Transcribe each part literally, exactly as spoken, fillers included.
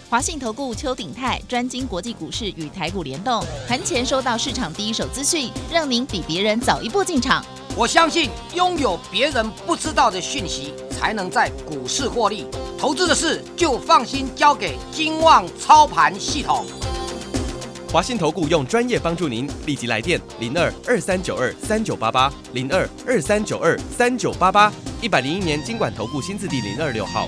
华信投顾邱鼎泰专精国际股市与台股联动，盘前收到市场第一手资讯，让您比别人早一步进场。 我相信拥有别人不知道的讯息，才能在股市获利。投资的事就放心交给金旺操盘系统。 华信投顾用专业帮助您，立即来电零二二三九二三九八八零二二三九二三九八八，一百零一年金管投顾新字第零二六号。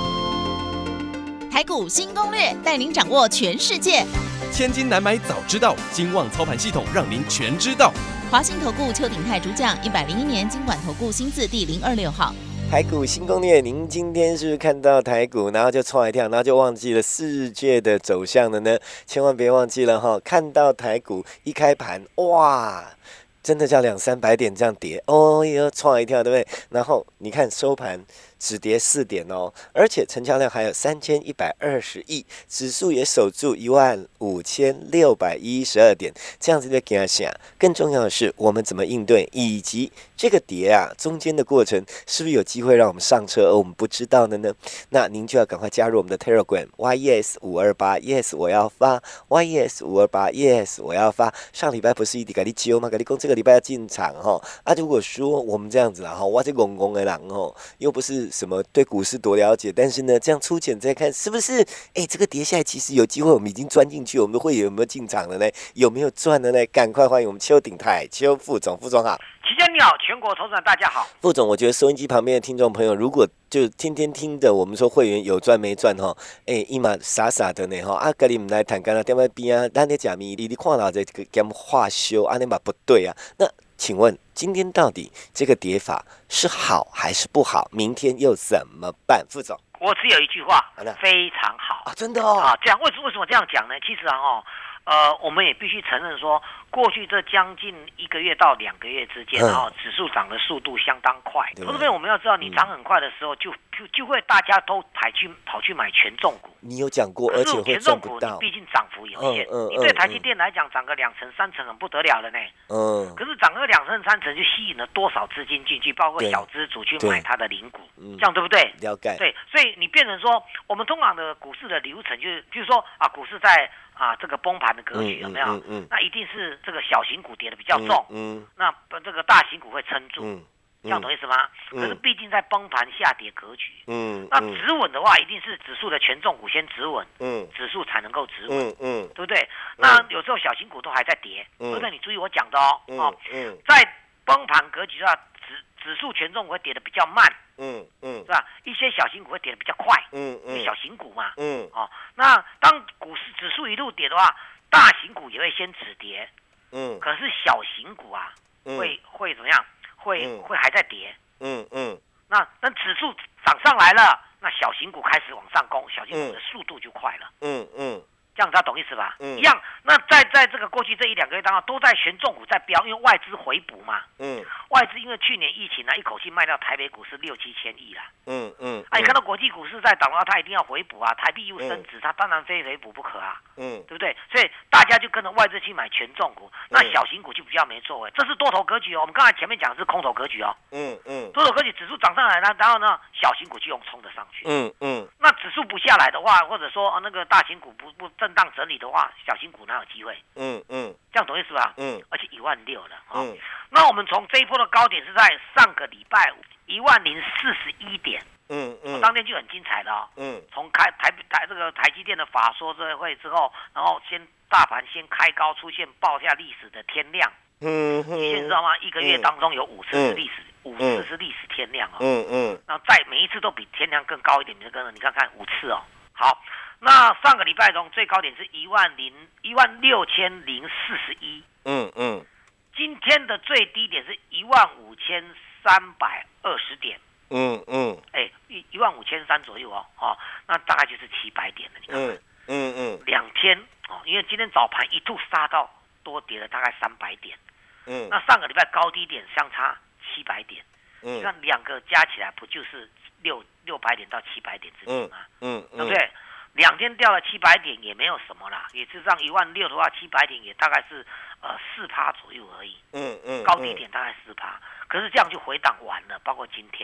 台股新攻略，带您掌握全世界。 千金难买早知道，金旺操盘系统让您全知道。 华信投顾邱鼎泰主讲，一百零一年金管投顾新字第零二六号。 台股新攻略，您今天是不是看到台股，然后就窜一跳，然后就忘记了世界的走向了呢？千万别忘记了哈！看到台股一开盘，哇，真的叫两三百点这样跌，哦哟，窜一跳，对不对？然后你看收盘只跌四点哦，而且成交量还有三千一百二十亿，指数也守住一万五千六百一十二点，这样子的给他想。更重要的是，我们怎么应对，以及这个跌啊中间的过程，是不是有机会让我们上车，而我们不知道的呢？那您就要赶快加入我们的 Telegram Y E S 五二八 Yes 我要发 Y E S 五二八 Yes 我要发。上礼拜不是一直跟你揪吗？跟你讲这个礼拜要进场哈。啊，如果说我们这样子啦哈，我这公公的人哦，又不是什么对股市多了解，但是呢，这样粗浅再看，是不是？哎，这个跌下来其实有机会，我们已经钻进去，我们的会员有没有进场了呢？有没有赚的呢？赶快欢迎我们邱鼎泰邱副总，副总好。 齐真你好，全国投资者大家好。 副总，我觉得收音机旁边的听众朋友，如果就天天听着我们说会员有赚没赚哈，哎，伊嘛傻傻的呢哈，啊，跟你们来谈，干了点外边啊，咱咧假咪，你你看到这个讲话修，安尼嘛不对啊。那请问今天到底这个跌法是好还是不好？明天又怎么办？副总， 我只有一句话，非常好啊，真的哦。 啊，这样为什为什么这样讲呢？其实啊哦。呃，我们也必须承认说，过去这将近一个月到两个月之间，哈、嗯，指数涨的速度相当快。投资朋友，我们要知道，你涨很快的时候就，就就就会大家都跑去跑去买权重股。 你有讲过，而且会赚不到。 毕竟涨幅有限， 嗯嗯、 你对台积电来讲，涨个两成三成很不得了了呢。嗯。可是涨个两成三成，就吸引了多少资金进去，包括小资主去买它的零股，这样对不对？ 了解。 对，所以你变成说，我们通常的股市的流程就是，就是说啊，股市在。啊，这个崩盘的格局有没有？嗯嗯嗯、那一定是这个小型股跌的比较重，嗯嗯、那这个大型股会撑住，嗯、这样懂意思吗？嗯、可是毕竟在崩盘下跌格局，嗯、那止稳的话，一定是指数的权重股先止稳，嗯、指数才能够止稳，嗯嗯、对不对？那有时候小型股都还在跌，所以、嗯、你注意我讲的哦，嗯哦嗯、在崩盘格局下，指指数权重股会跌得比较慢。嗯嗯，是吧？一些小型股会跌得比较快，嗯嗯，因为小型股嘛，嗯，哦，那当股市指数一路跌的话，大型股也会先止跌，嗯，可是小型股啊，嗯、会会怎么样？会、嗯、会还在跌，嗯嗯，那那指数涨上来了，那小型股开始往上攻，小型股的速度就快了，嗯嗯。这样大家懂意思吧？嗯，一样。那在在这个过去这一两个月当中，都在权重股在飙，因为外资回补嘛。嗯，外资因为去年疫情呢，一口气卖掉台北股市六七千亿啦。嗯嗯。啊，你看到国际股市在涨的话，它一定要回补啊，台币又升值，它当然非回补不可啊。嗯，对不对？所以大家就跟着外资去买权重股，那小型股就比较没作为。这是多头格局哦。我们刚才前面讲的是空头格局哦。嗯嗯。多头格局，指数涨上来了，然后呢，小型股就用冲的上去。嗯嗯。那指数不下来的话，或者说、啊、那个大型股不不震荡整理的话，小型股哪有机会？嗯嗯，这样懂意思吧？嗯，而且一万六了啊、哦。嗯，那我们从这一波的高点是在上个礼拜一万零四十一点。嗯嗯，我当天就很精彩的哦。嗯，从开台台这个台积电的法说这会之后，然后先大盘先开高，出现爆下历史的天量。嗯嗯，你现在知道吗？一个月当中有五次是历史，五、嗯、次是历史天量哦。嗯嗯，然后再每一次都比天量更高一点，你跟着你看看五次哦。好。那上个礼拜中最高点是一万零一万六千零四十一，嗯嗯，今天的最低点是一万五千三百二十点，嗯嗯，哎一一万五千三左右哦，哦，那大概就是七百点了，你看看，嗯嗯，两天哦，因为今天早盘一度杀到多跌了大概三百点，嗯，那上个礼拜高低点相差七百点，嗯，你看两个加起来不就是六六百点到七百点之间吗？嗯嗯，对不对？两天掉了七百点也没有什么啦，也是上一万六的话，七百点也大概是呃四趴左右而已。嗯嗯，高低点大概四趴，可是这样就回档完了，包括今天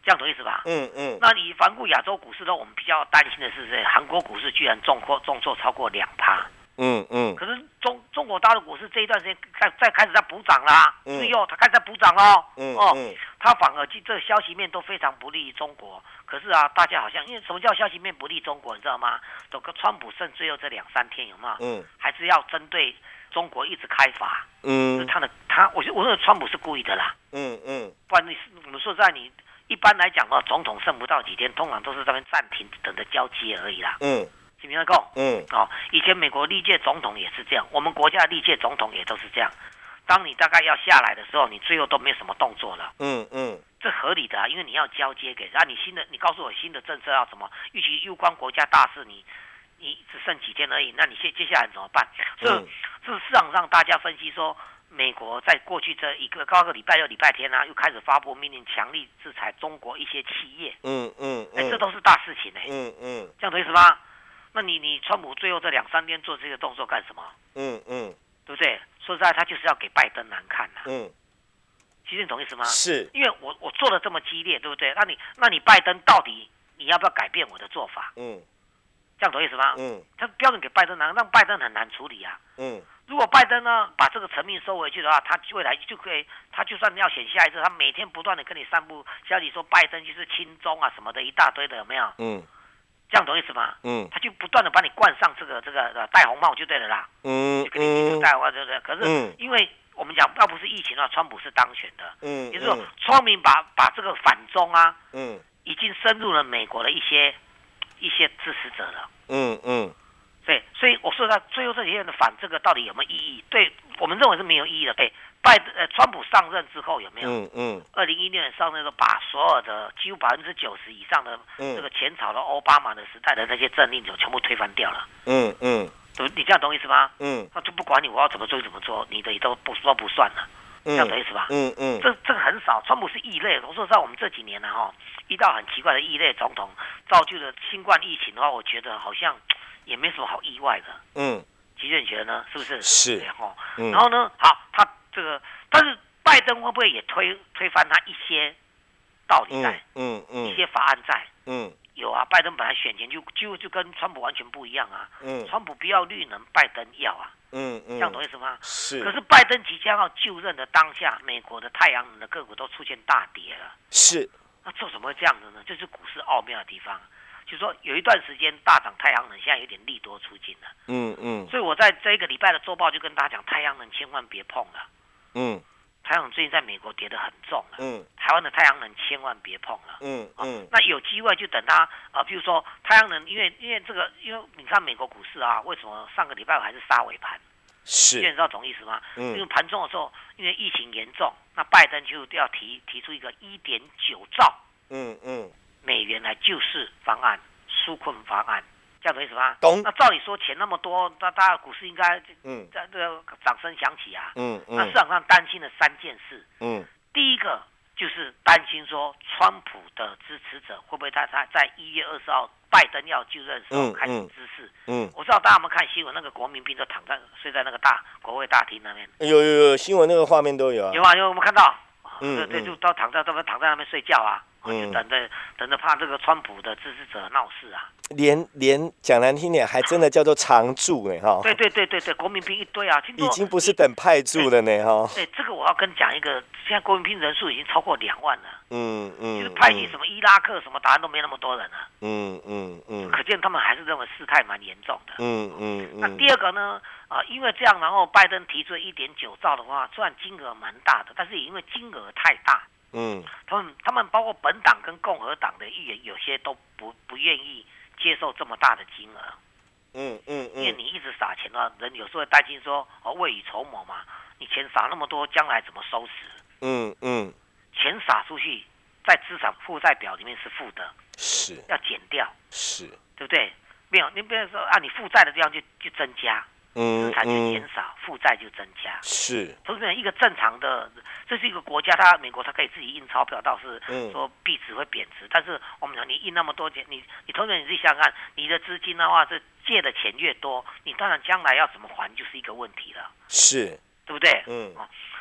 这样懂意思吧？ 嗯嗯。 那你环顾亚洲股市呢，我们比较担心的是，这韩国股市居然重挫重挫超过两趴。嗯嗯。可是中中国大陆股市这一段时间在在开始在补涨啦，嗯，又它开始在补涨喽。嗯哦，嗯它反而这个消息面都非常不利于中国。可是啊，大家好像因为什么叫消息面不利中国，你知道吗？整个川普剩最后这两三天有没有？嗯，还是要针对中国一直开罚。嗯，是他的他，我我认为川普是故意的啦。嗯嗯，不然你我们说实在你一般来讲的话，总统剩不到几天，通常都是在那边暂停等着交接而已啦。嗯。听明白够？嗯，哦，以前美国历届总统也是这样，我们国家的历届总统也都是这样。当你大概要下来的时候，你最后都没有什么动作了。嗯嗯，这合理的啊，因为你要交接给啊，你新的，你告诉我新的政策要什么？尤其攸关国家大事，你你只剩几天而已，那你接接下来怎么办？这这市场上大家分析说，美国在过去这一个高个礼拜六、礼拜天啊，又开始发布命令，强力制裁中国一些企业。嗯嗯，哎、欸，这都是大事情哎、欸。嗯嗯，这样懂意思吗？那你你川普最后这两三天做这个动作干什么？嗯嗯，对不对？说实在，他就是要给拜登难看呐、啊。嗯，其实你懂意思吗？是，因为我我做的这么激烈，对不对？那你那你拜登到底你要不要改变我的做法？嗯，这样懂意思吗？嗯，他标准给拜登难，让拜登很难处理啊。嗯，如果拜登呢把这个层面收回去的话，他未来就可以，他就算要选下一次，他每天不断的跟你散布消息说拜登就是亲中啊什么的一大堆的，有没有？嗯。这样懂意思吗？嗯，他就不断的把你冠上这个这个呃戴红帽就对了啦。嗯，就跟你就戴红帽对不对？可是因为我们讲要不是疫情的话，川普是当选的。嗯，也就是说，聪明把把这个反中啊，嗯，已经深入了美国的一些一些支持者了。嗯嗯，对，所以我说他最后这几天的反这个到底有没有意义？对我们认为是没有意义的。对，拜呃川普上任之后有没有？嗯嗯，二零一六年上任都把所有的几乎百分之九十以上的这个前朝的奥巴马的时代的那些政令就全部推翻掉了。嗯嗯，你这样懂意思吗？嗯，那就不管你我要怎么做怎么做，你的也都不都不算了。这样懂意思吧？嗯嗯，这这个很少，川普是异类。我说实在，我们这几年呢哈，遇到很奇怪的异类总统，造就了新冠疫情的话，我觉得好像也没什么好意外的。嗯，其实你觉得呢？是不是？是。然后，嗯、然后呢？好，他这个，但是拜登会不会也推推翻他一些道理在？嗯 嗯, 嗯，一些法案在？嗯，有啊。拜登本来选前就就就跟川普完全不一样啊。嗯，川普不要绿能，拜登要啊。嗯嗯，这样懂意思吗？是。可是拜登即将要就任的当下，美国的太阳能的个股都出现大跌了。是。那这怎么会这样子呢？这是股市奥妙的地方。就是说有一段时间大涨太阳能，现在有点利多出尽了。嗯嗯。所以我在这一个礼拜的周报就跟大家讲，太阳能千万别碰了。嗯。太阳能最近在美国跌得很重了。嗯。台湾的太阳能千万别碰了。嗯嗯。啊、那有机会就等它啊、呃，比如说太阳能，因为因为这个，因为你看美国股市啊，为什么上个礼拜还是杀尾盘？是。你知道懂意思吗？嗯。因为盘中的时候，因为疫情严重，那拜登就要提提出一个一点九兆。嗯嗯。美元来救市方案、纾困方案，这样懂意思吗？懂。那照理说钱那么多，那大家股市应该嗯，这个掌声响起啊。嗯嗯。那市场上担心的三件事。嗯。第一个就是担心说，川普的支持者会不会在他在一月二十号拜登要就任的时候开始滋事？嗯。我知道大家有没有看新闻，那个国民兵都躺在睡在那个大国会大厅那边。有有有，新闻那个画面都有啊。有啊，有我们看到。嗯。对对，就都躺在都躺在那边睡觉啊。嗯，等着等着，怕这个川普的支持者闹事啊！连连讲难听点，还真的叫做常驻呢，哈！对对对对对，国民兵一堆啊，已经不是等派驻了呢，哈！对，这个我要跟讲一个，现在国民兵人数已经超过两万了。嗯嗯，就是派去什么伊拉克什么，答案都没那么多人了。嗯嗯嗯，可见他们还是认为事态蛮严重的。嗯嗯嗯。那第二个呢？啊、呃，因为这样，然后拜登提出一点九兆的话，虽然金额蛮大的，但是也因为金额太大。嗯，他们他们包括本党跟共和党的议员，有些都不不愿意接受这么大的金额。嗯嗯嗯，因为你一直撒钱的话，人有时候会担心说，哦，未雨绸缪嘛，你钱撒那么多，将来怎么收拾？嗯嗯，钱撒出去，在资产负债表里面是负的，是要减掉，是，对不对？没有，你不要说啊，你负债的地方就就增加。资产就减少，负债就增加。是，同时一个正常的，这是一个国家，它美国它可以自己印钞票，倒是说币值会贬值。嗯、但是我们讲你印那么多钱，你你同时你自己想想看，你的资金的话，是借的钱越多，你当然将来要怎么还就是一个问题了。是，对不对？嗯。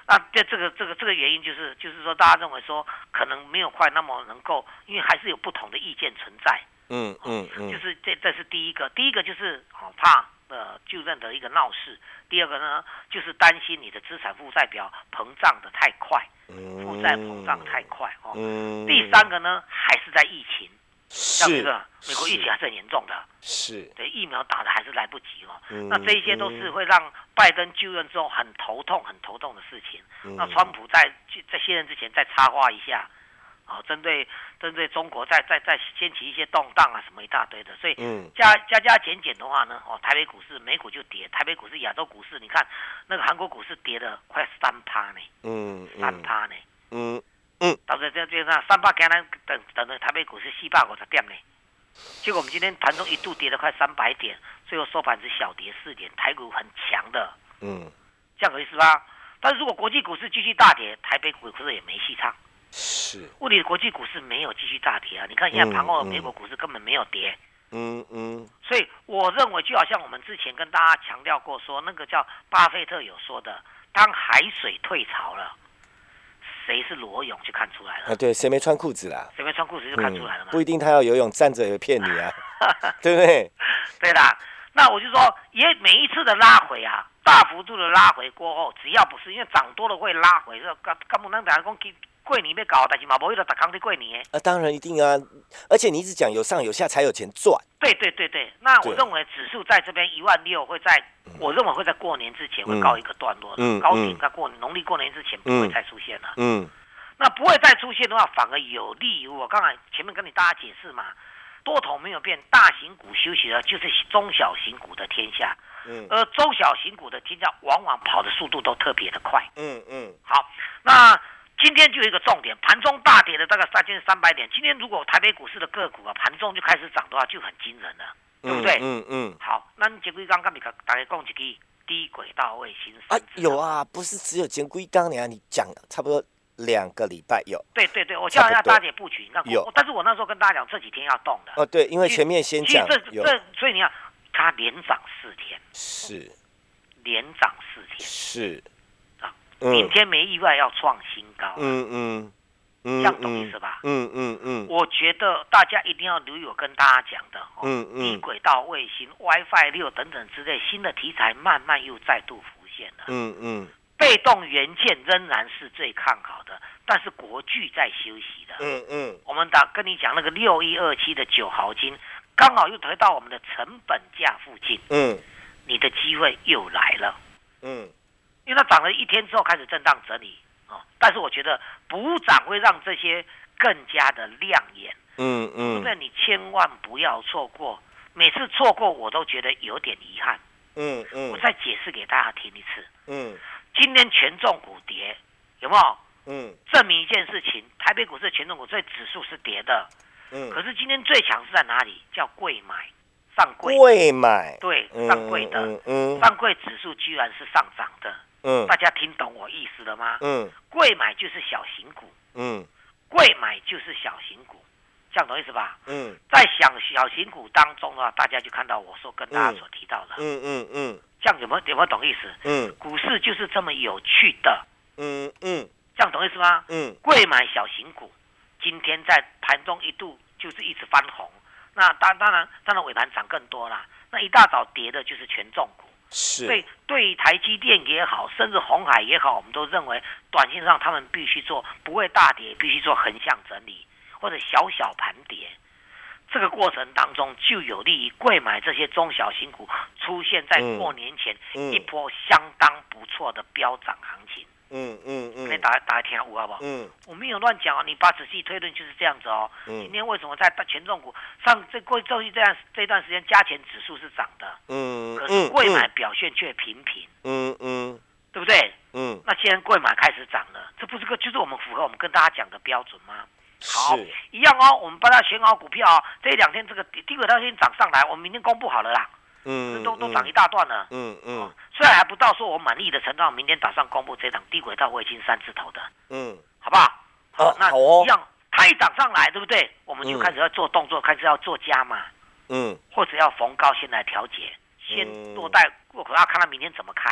那这这个这个这个原因就是就是说，大家认为说可能没有快那么能够，因为还是有不同的意见存在。 嗯嗯嗯， 就是这这是第一个，第一个就是哦怕呃就任的一个闹事，第二个呢就是担心你的资产负债表膨胀的太快，负债膨胀太快哦。嗯、第三个呢还是在疫情，像这个美国疫情还是很严重的，是对疫苗打的还是来不及哦。嗯、那这一些都是会让拜登就任之后很头痛、很头痛的事情。嗯、那川普在在卸任之前再插话一下。哦，针对针对中国再再再掀起一些动荡啊，什么一大堆的，所以加加加减减的话呢，哦，台北股市、美股就跌，台北股市、亚洲股市，你看那个韩国股市跌了快三趴呢，嗯，三趴呢，嗯嗯，到时这这那三趴，给咱等等等台北股市四百五十点呢，结果我们今天盘中一度跌了快三百点，最后收盘只小跌四点，台股很强的，嗯，这样有意思吧？但是如果国际股市继续大跌，台北股市也没戏唱。是，问题国际股市没有继续大跌啊！你看现在盘后的美国股市根本没有跌，嗯嗯，所以我认为就好像我们之前跟大家强调过说，那个叫巴菲特有说的，当海水退潮了，谁是裸泳就看出来了啊！对，谁没穿裤子啦？谁没穿裤子就看出来了嘛、嗯。不一定他要游泳，站着也骗你啊，对不对？对啦，那我就说，也每一次的拉回啊，大幅度的拉回过后，只要不是因为涨多了会拉回，这干干不能讲讲过年要搞，但是嘛无迄个逐工在过年的。啊，当然一定啊，而且你一直讲有上有下才有钱赚。对对对对，那我认为指数在这边一万六会在，嗯、我认为会在过年之前会告一个段落，嗯、高点在过农历过年之前不会再出现了。嗯，那不会再出现的话，反而有利于我刚才前面跟你大家解释嘛，多头没有变，大型股休息了，就是中小型股的天下。嗯，而中小型股的天下往往跑的速度都特别的快。嗯嗯，好，那。今天就有一个重点，盘中大跌了大概三千三百点。今天如果台北股市的个股啊，盘中就开始涨的话，就很惊人了，对不对？嗯嗯。嗯好，那前几刚刚你大家讲一句低轨道卫星啊，有啊，不是只有前几刚你啊，你讲差不多两个礼拜有。对对对，我叫大家布局，你看有，但是我那时候跟大家讲这几天要动的。哦，对，因为前面先讲有，这所以你看它连涨四天，是连涨四天，是。明天没意外要创新高，嗯嗯，嗯这样懂意思吧？嗯嗯嗯，我觉得大家一定要留意我跟大家讲的，嗯嗯，低轨道卫星、WiFi 六等等之类新的题材，慢慢又再度浮现了。嗯嗯，被动元件仍然是最看好的，但是国巨在休息的。嗯嗯，我们打跟你讲那个六一二七的九毫金，刚好又回到我们的成本价附近。嗯，你的机会又来了。嗯。因为它涨了一天之后开始震荡整理，哦，但是我觉得补涨会让这些更加的亮眼，嗯嗯，所以你千万不要错过，每次错过我都觉得有点遗憾，嗯嗯，我再解释给大家听一次，嗯，今天权重股跌，有没有？嗯，证明一件事情，台北股市的权重股，所以指数是跌的，嗯，可是今天最强是在哪里？叫贵买。上柜贵买对上柜的，嗯嗯、上柜指数居然是上涨的，嗯，大家听懂我意思了吗？嗯，贵买就是小型股，嗯，贵买就是小型股，这样懂意思吧？嗯，在小小型股当中的话，大家就看到我说跟大家所提到的，嗯嗯嗯，这样有没有有没有懂意思？嗯，股市就是这么有趣的，嗯嗯，这样懂意思吗？嗯，贵买小型股，今天在盘中一度就是一直翻红。那当当然，当然尾盘涨更多啦。那一大早跌的就是权重股，是。所以对台积电也好，甚至鸿海也好，我们都认为短线上他们必须做不会大跌，必须做横向整理或者小小盘跌。这个过程当中就有利于贵买这些中小型股出现在过年前一波相当不错的飙涨行情。嗯嗯嗯，你大家大家听我好不好？嗯，我没有乱讲哦，你把仔细推论就是这样子哦。嗯，今天为什么在权重股上这过过去这样这段时间加权指数是涨的？嗯，可是贵买表现却平平。嗯嗯，对不对？嗯，那既然贵买开始涨了，这不是个就是我们符合我们跟大家讲的标准吗？好，一样哦，我们帮他选好股票哦。这两天这个低轨道先涨上来，我们明天公布好了啦。嗯，都都涨一大段了。嗯嗯、哦，虽然还不到说我满意的程度，明天打算公布这档低轨道卫星三字头的。嗯，好不好？好，哦、那一样，它一涨上来，对不对？我们就开始要做动作，嗯、开始要做加码。嗯，或者要逢高先来调节，先落袋，我可要看它明天怎么开。这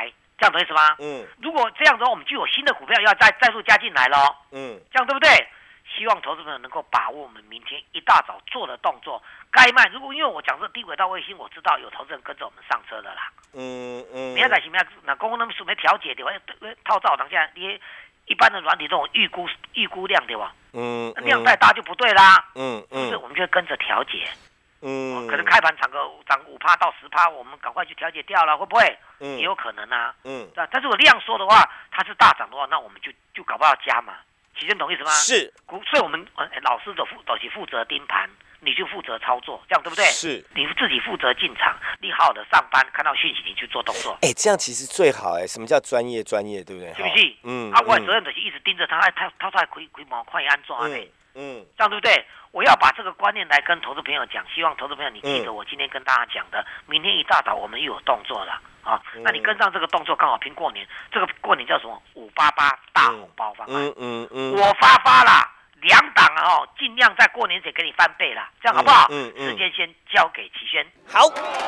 这样懂意思吗？嗯，如果这样的话，我们就有新的股票要再再度加进来咯。嗯，这样对不对？希望投资朋友能够把握我们明天一大早做的动作，该卖。如果因为我讲这低轨道卫星，我知道有投资人跟着我们上车的啦。嗯嗯。你要在前面那公共那么准备调节的话，套造当下你一般的软体这种预估预估量对吧？嗯。量太大就不对啦。嗯嗯。就是我们就跟着调节。嗯。可能开盘涨个涨五趴到十趴，我们赶快去调节掉了，会不会？嗯。也有可能啊。嗯。但是我量缩的话，它是大涨的话，那我们就就搞不好加嘛。其实懂意思吗？是，所以我们呃老师都负都是负责盯盘，你就负责操作，这样对不对？是，你自己负责进场，你好好的上班，看到讯息你去做动作。 哎、欸，这样其实最好哎、欸。什么叫专业？专业对不对？ 是不是？嗯，啊，我的责任就是一直盯着他，他他他亏亏毛快安装啊嘞。嗯，这样对不对？我要把这个观念来跟投资朋友讲，希望投资朋友你记得我今天跟大家讲的，明天一大早我们又有动作了。啊，那你跟上这个动作，刚好拼过年。这个过年叫什么？五八八大红包方案。嗯嗯嗯。我发发啦，两档哦，尽量在过年前给你翻倍啦，这样好不好？嗯嗯。时间先交给齐轩。 好。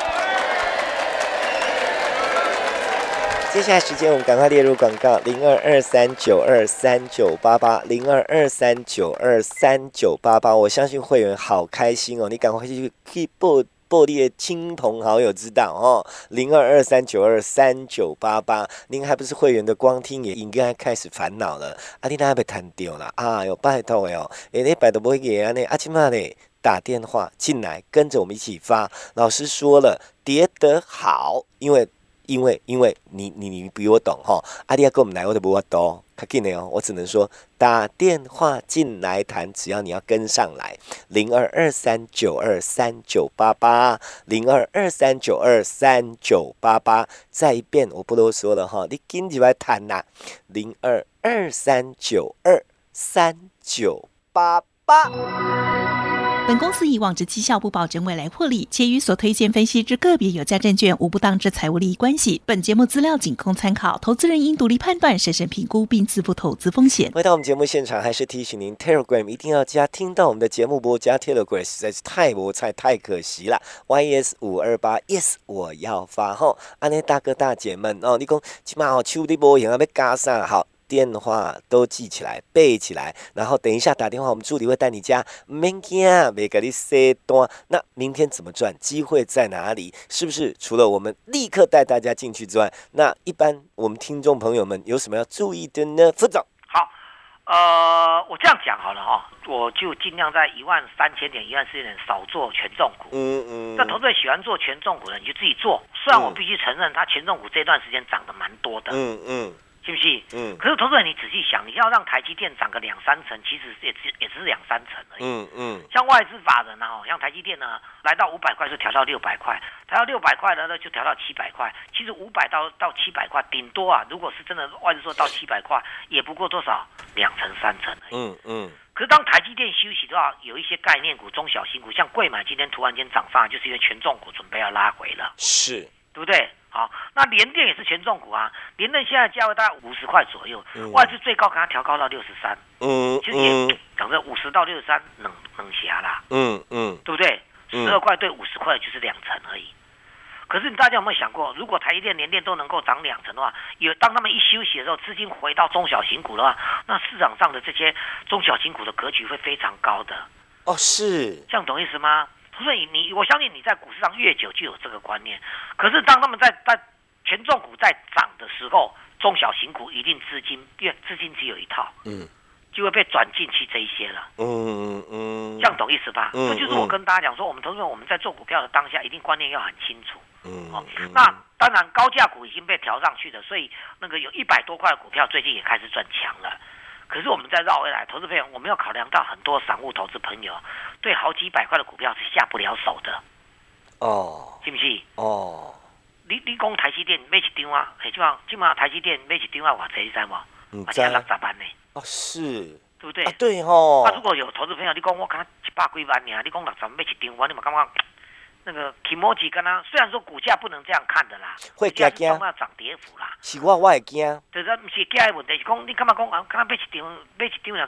接下来时间我们赶快列入广告：零二二三九二三九八八，零二二三九二三九八八。我相信会员好开心哦，你赶快去去报。报你的亲朋好友知道哦，零二二三九二三九八八，您还不是会员的，光听也应该开始烦恼了。啊，你哪被谈掉了？啊哟，拜托哟，下礼拜都不会给啊呢。啊，今嘛嘞打电话进来，跟着我们一起发。老师说了，跌得好，因为因为因为你你你比我懂哈。啊，你要跟我们来，我都不会懂。卡紧的哦，我只能说打电话进来谈，只要你要跟上来，零二二三九二三九八八，零二二三九二三九八八，再一遍我不啰嗦了哈，你紧起来谈呐，零二二三九二三九八八。 本公司以往之绩效不保证未来获利，且与所推荐分析之个别有价证券无不当之财务利益关系。本节目资料仅供参考，投资人应独立判断、审慎评估并自负投资风险。 回到我们节目现场，还是提醒您 ，Telegram 一定要加。听到我们的节目播加 Telegram 实在是太无菜，太可惜了。Y S 五二八 Yes 我要发吼，安尼大哥大姐们哦，你讲起码哦手你无用啊，要加啥好？电话都记起来背起来，然后等一下打电话，我们助理会带你加，免惊，别给你塞单。那明天怎么赚？机会在哪里？是不是除了我们立刻带大家进去之外，那一般我们听众朋友们有什么要注意的呢？副总， 好，呃，我这样讲好了哈，我就尽量在一万三千点、一万四千点少做权重股。嗯嗯。那投资人喜欢做权重股的，你就自己做。虽然我必须承认，它权重股这段时间涨得蛮多的。嗯嗯。是不是？嗯。可是投资人，你仔细想，你要让台积电涨个两三成，其实也只也只是两三成而已。嗯嗯。像外资法人啊，像台积电呢，来到五百块就调到六百块，调到六百块呢，就调到七百块。其实五百到到七百块，顶多啊，如果是真的外资说到七百块，也不过多少两成三成而已。嗯嗯。可是当台积电休息的话，有一些概念股、中小型股，像贵买今天突然间涨上来，就是因为权重股准备要拉回了。是。对不对？好，那联电也是权重股啊，联电现在价位大概五十块左右，嗯、外资最高给它调高到六十三，嗯，其实也讲这五十到六十三冷冷霞啦，嗯嗯，对不对？十二块对五十块就是两成而已。可是大家有没有想过，如果台积电、联电都能够涨两成的话，有当他们一休息的时候，资金回到中小型股的话，那市场上的这些中小型股的格局会非常高的。 哦，是这样懂意思吗？所以你，我相信你在股市上越久就有这个观念。可是当他们在在权重股在涨的时候，中小型股一定资金，因为资金只有一套，嗯，就会被转进去这一些了，嗯嗯嗯，这样懂意思吧？嗯，这就是我跟大家讲说，我们投资人我们在做股票的当下，一定观念要很清楚，嗯，哦，那当然高价股已经被调上去了，所以那个有一百多块的股票最近也开始转强了。可是我们再绕回来，投资朋友，我们要考量到很多散户投资朋友对好几百块的股票是下不了手的，哦，是不是？哦，你你讲台积电买一张啊，哎，基本上基本上台积电买一张啊，偌济你知无？嗯，才六十万呢。哦，是，对不对？啊，对吼。啊，如果有投资朋友，你讲我刚一百几万呢，你讲六十万买一张，我你嘛感觉那个 Kimoji 跟他，虽然说股价不能这样看的啦，会惊惊，要涨跌幅啦。是我我会惊。就是不是惊的问题，是讲你干嘛讲啊？刚刚买一张，买一张了，刚刚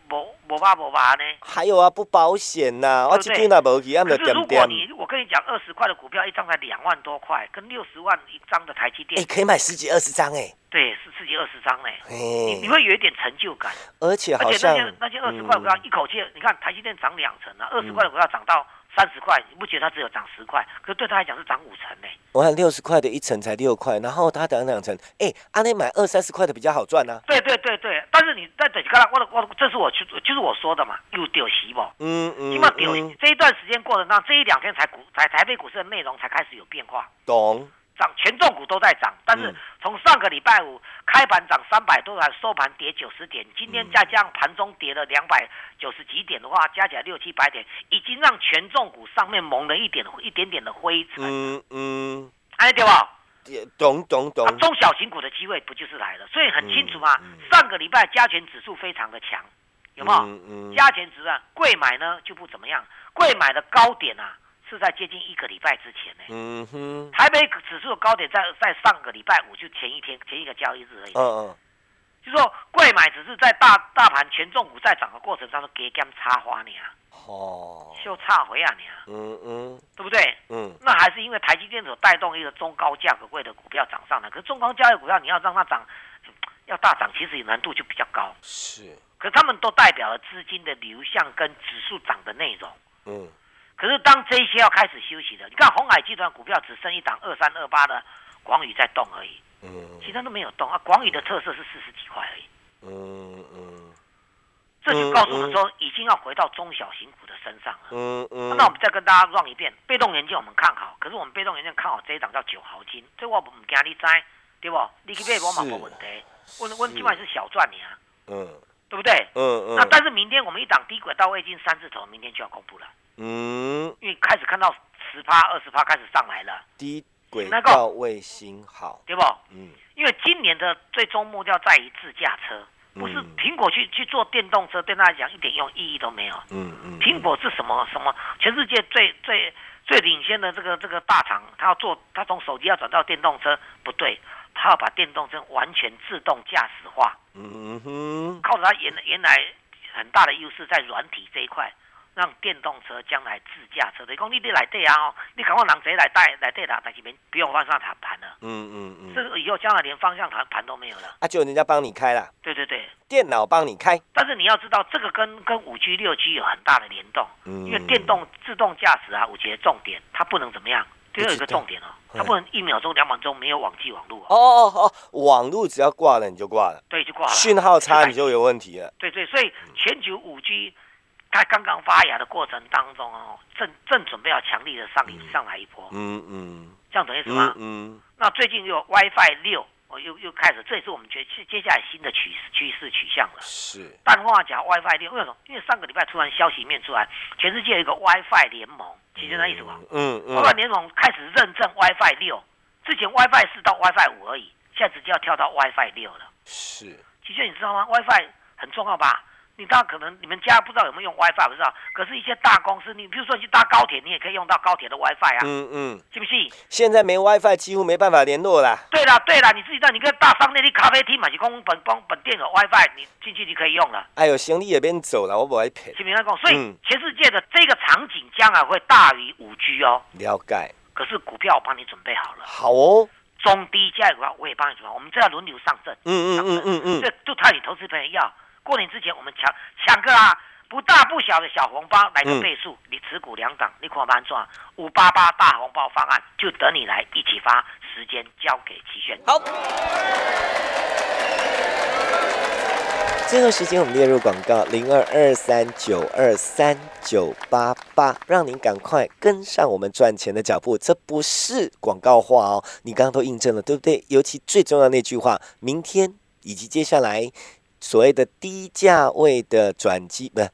无无八无八呢？ 还有啊，不保险呐、啊，我这天那无去，按可着点点。 是如果你我跟你讲，二十块的股票一张才两万多块，跟六十万一张的台积电， 哎、欸，可以买十几二十张哎。 对，是十几二十张呢。 哎， 你你会有一点成就感。 而且好像而且那些那些二十块股票、嗯、一口气，你看台积电涨两成啊，二十块的股票涨到三十块，你不觉得它只有涨十块？可是对他来讲是涨五成呢。 我看六十块的一层才六块，然后它涨两成，哎、欸，按那买二三十块的比较好赚啊。 对对对对，但是你在等刚才我我这是我就是我说的嘛，有丢席不？ 嗯嗯， 起码丢席。这一段时间过程当中，这一两天才股台台北股市的内容才开始有变化。 懂。 涨权重股都在涨，但是从上个礼拜五开盘涨三百多点，收盘跌九十点，今天再加上盘中跌了两百九十几点的话，加起来六七百点，已经让权重股上面蒙了一点一点点的灰尘。 嗯嗯， 哎对吧？ 懂懂懂、 啊。中小型股的机会不就是来了？所以很清楚嘛。嗯嗯、上个礼拜加权指数非常的强，有没有？嗯嗯、加权指数啊，贵买呢就不怎么样，贵买的高点啊。是在接近一个礼拜之前呢、欸。嗯哼。台北指数的高点在在上个礼拜五，就前一天前一个交易日而已。嗯嗯。就说贵买只是在大大盘权重股在涨的过程当中给他们插花呢。哦。就插回啊你啊。嗯嗯。对不对？嗯。那还是因为台积电所带动一个中高价格贵的股票涨上来，可是中高价格股票你要让它涨，要大涨，其实难度就比较高。 是。 可是他们都代表了资金的流向跟指数涨的内容。嗯。可是当这些要开始休息的，你看鸿海集团股票只剩一档二三二八的广宇在动而已，嗯，其他都没有动啊。广宇的特色是四十几块而已，嗯嗯，这就告诉我们说，已经要回到中小型股的身上了，嗯嗯。那我们再跟大家 run 一遍，被动元件我们看好，可是我们被动元件看好这一档叫九毫金，这我唔惊你知，对不？你去买我嘛没问题，我我基本上是小赚你啊，嗯，对不对？嗯嗯。那但是明天我们一档低轨道卫星三字头，明天就要公布了。嗯，因为开始看到十趴、二十趴开始上来了。 低轨道卫星好， 对不？嗯，因为今年的最终目标在于自驾车，不是苹果去去做电动车，对他来讲一点用意义都没有。嗯嗯，苹果是什么什么？全世界最最最领先的这个这个大厂，他要做，他从手机要转到电动车，不对，他要把电动车完全自动驾驶化。嗯哼，靠着他原原来很大的优势在软体这一块。让电动车将来自驾车，等于讲你得来对啊哦，你赶快人直接来带来对它，但是边不用方向盘盘了。嗯嗯嗯，这个以后将来连方向盘盘都没有了。 啊，就人家帮你开了。 对对对， 电脑帮你开。 但是你要知道，这个跟跟五 G、六 G 有很大的联动，嗯、因为电动自动驾驶啊，五 G 的重点，它不能怎么样。第二个重点哦，它不能一秒钟、两秒钟没有网际网络哦。哦哦哦，网络只要挂了你就挂了。 对，就挂了。 讯号差你就有问题了。 对对，所以全球五 G。它刚刚发芽的过程当中哦，正正准备要强力的上一上来一波，嗯嗯，这样懂意思吗？嗯, 嗯。那最近有 WiFi 六，哦又又开始，这也是我们觉得接下来新的趋趋势取向了。是。淡化讲 WiFi 六，为什么？因为上个礼拜突然消息面出来，全世界有一个 WiFi 联盟，其实那意思嘛，嗯嗯 ，WiFi 联盟开始认证 WiFi 六，之前 WiFi 四到 WiFi 五而已，现在直接要跳到 WiFi 六了。是。其实你知道吗 ？WiFi 很重要吧？你当然可能你们家不知道有没有用 WiFi 不知道，可是一些大公司，你比如说你去搭高铁，你也可以用到高铁的 WiFi 啊，嗯嗯，信不信？ 现在没 WiFi 几乎没办法联络啦。 对啦对啦，你自己知道，你跟大商店、你咖啡厅嘛，是公本本本店有 WiFi， 你进去你可以用了。 哎呦，行李也变走了，我不会骗。 是不是讲？所以全世界的这个场景将来会大于五 G 哦。 了解。 可是股票我帮你准备好了。 好哦。 中低价股票我也帮你准备好，我们这要轮流上阵。嗯嗯嗯嗯嗯，这就看你投资朋友要。过年之前，我们抢抢个啊不大不小的小红包来个倍数，嗯、你持股两档，你看安怎？五八八大红包方案就等你来一起发，时间交给齐轩。 好，最后时间我们列入广告零二二三九二三九八八，让您赶快跟上我们赚钱的脚步。这不是广告话哦，你刚刚都印证了，对不对？尤其最重要的那句话，明天以及接下来。所谓的低价位的转机，不是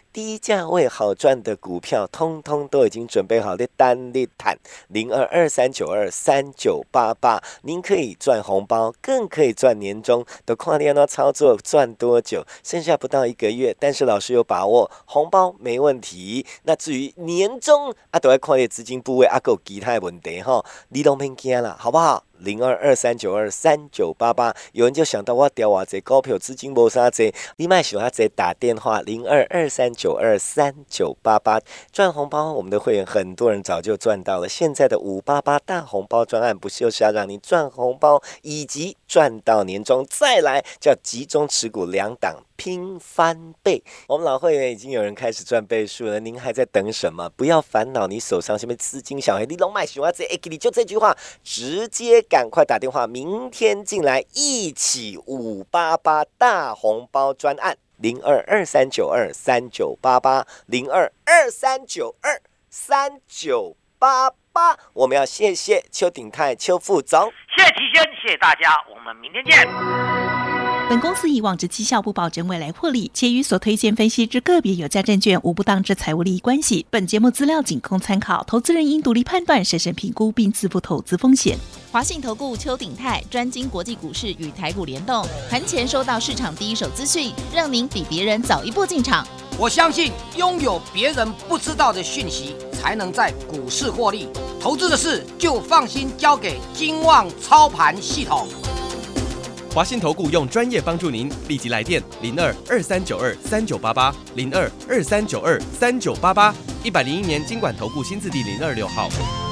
低价位好赚的股票，通通都已经准备好的单利坦零二二三九二三九八八，您可以赚红包，更可以赚年终，都看你要操作赚多久，剩下不到一个月，但是老师有把握，红包没问题。那至于年终啊，都要看你资金部位啊，还有其他的问题哈，你都别惊了，好不好？零二二三九二三九八八，有人就想到我调偌济股票资金无啥济，你卖想要直接打电话零二二三九二三九八八赚红包。我们的会员很多人早就赚到了，现在的五八八大红包专案，不就是要让你赚红包以及赚到年终，再来叫集中持股两档拼翻倍。我们老会员已经有人开始赚倍数了，您还在等什么？不要烦恼你手上什么资金小黑，你拢卖想要直接你就这句话，直接赶快打电话，明天进来一起五八八大红包专案零二二三九二三九八八零二二三九二三九八八。我们要谢谢邱鼎泰邱副总， 谢谢齐先，谢谢大家，我们明天见。 本公司以往之绩效不保证未来获利，且与所推荐分析之个别有价证券无不当之财务利益关系。本节目资料仅供参考，投资人应独立判断、审慎评估并自负投资风险。 华信投顾邱鼎泰专精国际股市与台股联动，盘前收到市场第一手资讯，让您比别人早一步进场。 我相信拥有别人不知道的讯息，才能在股市获利。投资的事就放心交给金旺操盘系统。 华信投顾用专业帮助您，立即来电零二二三九二三九八八零二二三九二三九八八，一百零一年金管投顾新字第零二六号。